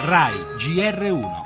Rai GR1.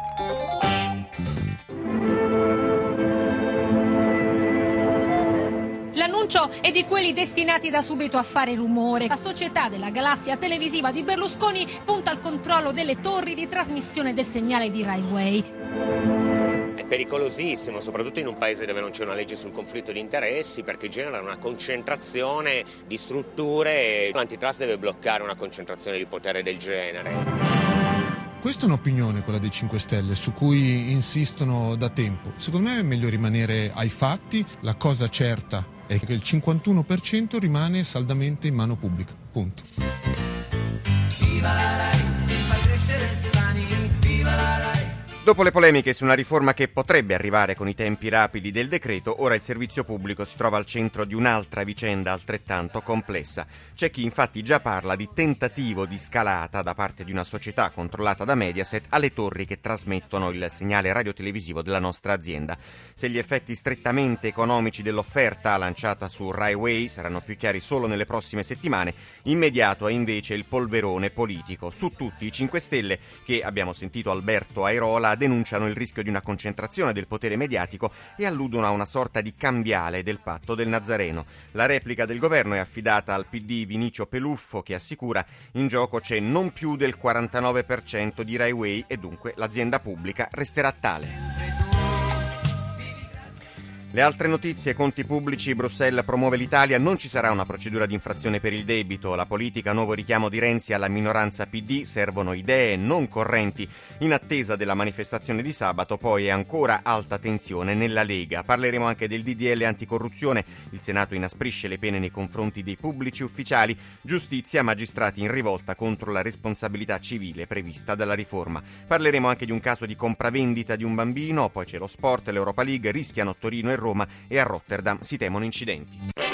L'annuncio è di quelli destinati da subito a fare rumore. La società della galassia televisiva di Berlusconi punta al controllo delle torri di trasmissione del segnale di Rai Way. È pericolosissimo, soprattutto in un paese dove non c'è una legge sul conflitto di interessi, perché genera una concentrazione di strutture e l'antitrust deve bloccare una concentrazione di potere del genere. Questa è un'opinione, quella dei 5 Stelle, su cui insistono da tempo. Secondo me è meglio rimanere ai fatti. La cosa certa è che il 51% rimane saldamente in mano pubblica. Punto. Viva la Rai, fa crescere sani, viva la Rai. Dopo le polemiche su una riforma che potrebbe arrivare con i tempi rapidi del decreto, ora il servizio pubblico si trova al centro di un'altra vicenda altrettanto complessa. C'è chi infatti già parla di tentativo di scalata da parte di una società controllata da Mediaset alle torri che trasmettono il segnale radiotelevisivo della nostra azienda. Se gli effetti strettamente economici dell'offerta lanciata su Rai Way saranno più chiari solo nelle prossime settimane, immediato è invece il polverone politico su tutti i 5 Stelle che, abbiamo sentito Alberto Airola, denunciano il rischio di una concentrazione del potere mediatico e alludono a una sorta di cambiale del patto del Nazareno. La replica del governo è affidata al PD Vinicio Peluffo, che assicura in gioco c'è non più del 49% di Rai Way e dunque l'azienda pubblica resterà tale. Le altre notizie: conti pubblici, Bruxelles promuove l'Italia, non ci sarà una procedura di infrazione per il debito, la politica, nuovo richiamo di Renzi alla minoranza PD, servono idee non correnti. In attesa della manifestazione di sabato poi è ancora alta tensione nella Lega. Parleremo anche del DDL anticorruzione, il Senato inasprisce le pene nei confronti dei pubblici ufficiali, giustizia, magistrati in rivolta contro la responsabilità civile prevista dalla riforma. Parleremo anche di un caso di compravendita di un bambino, poi c'è lo sport, l'Europa League, rischiano Torino e Roma e a Rotterdam si temono incidenti.